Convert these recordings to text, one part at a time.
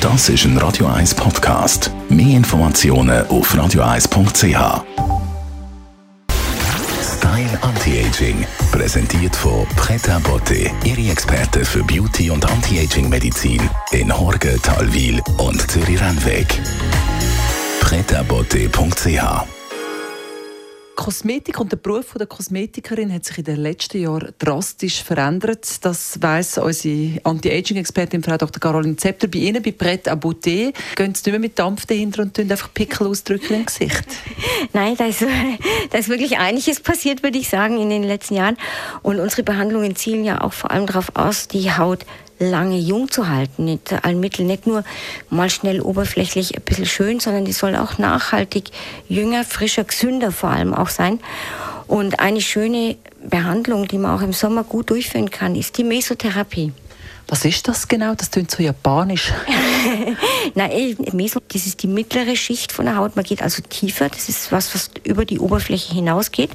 Das ist ein Radio 1 Podcast. Mehr Informationen auf radio1.ch. Style Anti-Aging, präsentiert von Pret à Beauté. Ihre Experte für Beauty- und Anti-Aging-Medizin in Horgen, Talwil und Zürich-Rennweg. Pret-à-beauté.ch. Kosmetik und der Beruf der Kosmetikerin hat sich in den letzten Jahren drastisch verändert. Das weiss unsere Anti-Aging-Expertin Frau Dr. Caroline Zepter. Bei Ihnen, bei Pret à Beauté, gehen Sie nicht mehr mit Dampf dahinter und tun einfach Pickel ausdrücken im Gesicht? Nein, da ist wirklich einiges passiert, würde ich sagen, in den letzten Jahren. Und unsere Behandlungen zielen ja auch vor allem darauf aus, die Haut lange jung zu halten, mit allen Mitteln, nicht nur mal schnell oberflächlich ein bisschen schön, sondern die soll auch nachhaltig jünger, frischer, gesünder vor allem auch sein. Und eine schöne Behandlung, die man auch im Sommer gut durchführen kann, ist die Mesotherapie. Was ist das genau? Das klingt so japanisch. Nein, Meso, das ist die mittlere Schicht von der Haut. Man geht also tiefer. Das ist was über die Oberfläche hinausgeht.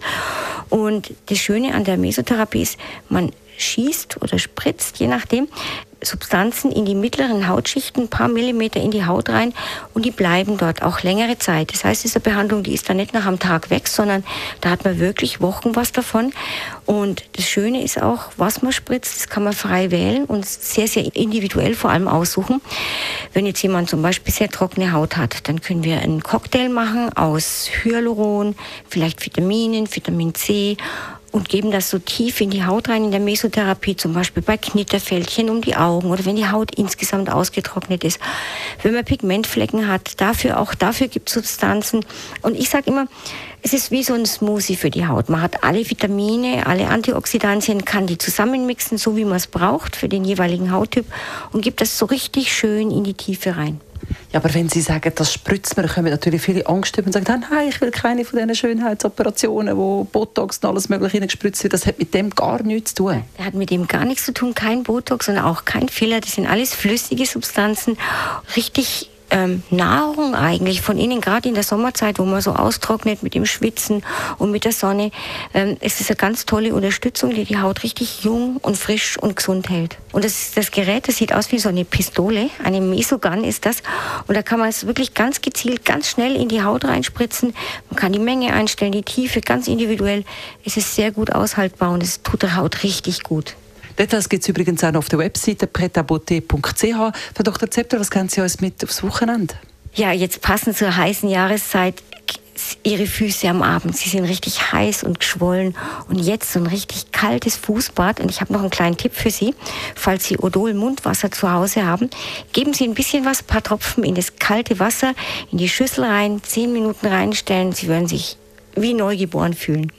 Und das Schöne an der Mesotherapie ist, man schießt oder spritzt, je nachdem, Substanzen in die mittleren Hautschichten, ein paar Millimeter in die Haut rein und die bleiben dort auch längere Zeit. Das heißt, diese Behandlung, die ist dann nicht nach einem Tag weg, sondern da hat man wirklich Wochen was davon. Und das Schöne ist auch, was man spritzt, das kann man frei wählen und sehr, sehr individuell vor allem aussuchen. Wenn jetzt jemand zum Beispiel sehr trockene Haut hat, dann können wir einen Cocktail machen aus Hyaluron, vielleicht Vitaminen, Vitamin C, und geben das so tief in die Haut rein in der Mesotherapie, zum Beispiel bei Knitterfältchen um die Augen oder wenn die Haut insgesamt ausgetrocknet ist. Wenn man Pigmentflecken hat, dafür gibt es Substanzen. Und ich sage immer, es ist wie so ein Smoothie für die Haut. Man hat alle Vitamine, alle Antioxidantien, kann die zusammenmixen, so wie man es braucht für den jeweiligen Hauttyp und gibt das so richtig schön in die Tiefe rein. Ja, aber wenn Sie sagen, das spritzt man, dann kommen natürlich viele Angst und sagen, nein, ich will keine von diesen Schönheitsoperationen, wo Botox und alles Mögliche reingespritzt wird. Das hat mit dem gar nichts zu tun. Das hat mit dem gar nichts zu tun, kein Botox und auch kein Filler. Das sind alles flüssige Substanzen, richtig Nahrung eigentlich von innen, gerade in der Sommerzeit, wo man so austrocknet mit dem Schwitzen und mit der Sonne. Es ist eine ganz tolle Unterstützung, die die Haut richtig jung und frisch und gesund hält. Und das Gerät, das sieht aus wie so eine Pistole, eine Mesogun ist das. Und da kann man es wirklich ganz gezielt, ganz schnell in die Haut reinspritzen. Man kann die Menge einstellen, die Tiefe, ganz individuell. Es ist sehr gut aushaltbar und es tut der Haut richtig gut. Das gibt es übrigens auch noch auf der Webseite pret-à-beauté.ch. Frau Dr. Zepter, was können Sie uns mit aufs Wochenende? Ja, jetzt passend zur heißen Jahreszeit, Ihre Füße am Abend, sie sind richtig heiß und geschwollen und jetzt so ein richtig kaltes Fußbad. Und ich habe noch einen kleinen Tipp für Sie, falls Sie Odol-Mundwasser zu Hause haben, geben Sie ein bisschen was, ein paar Tropfen in das kalte Wasser, in die Schüssel rein, 10 Minuten reinstellen, Sie werden sich wie neugeboren fühlen.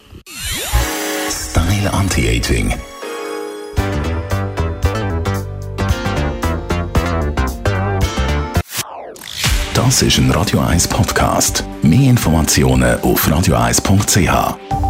Style Anti-Aging. Das ist ein Radio 1 Podcast. Mehr Informationen auf radio1.ch.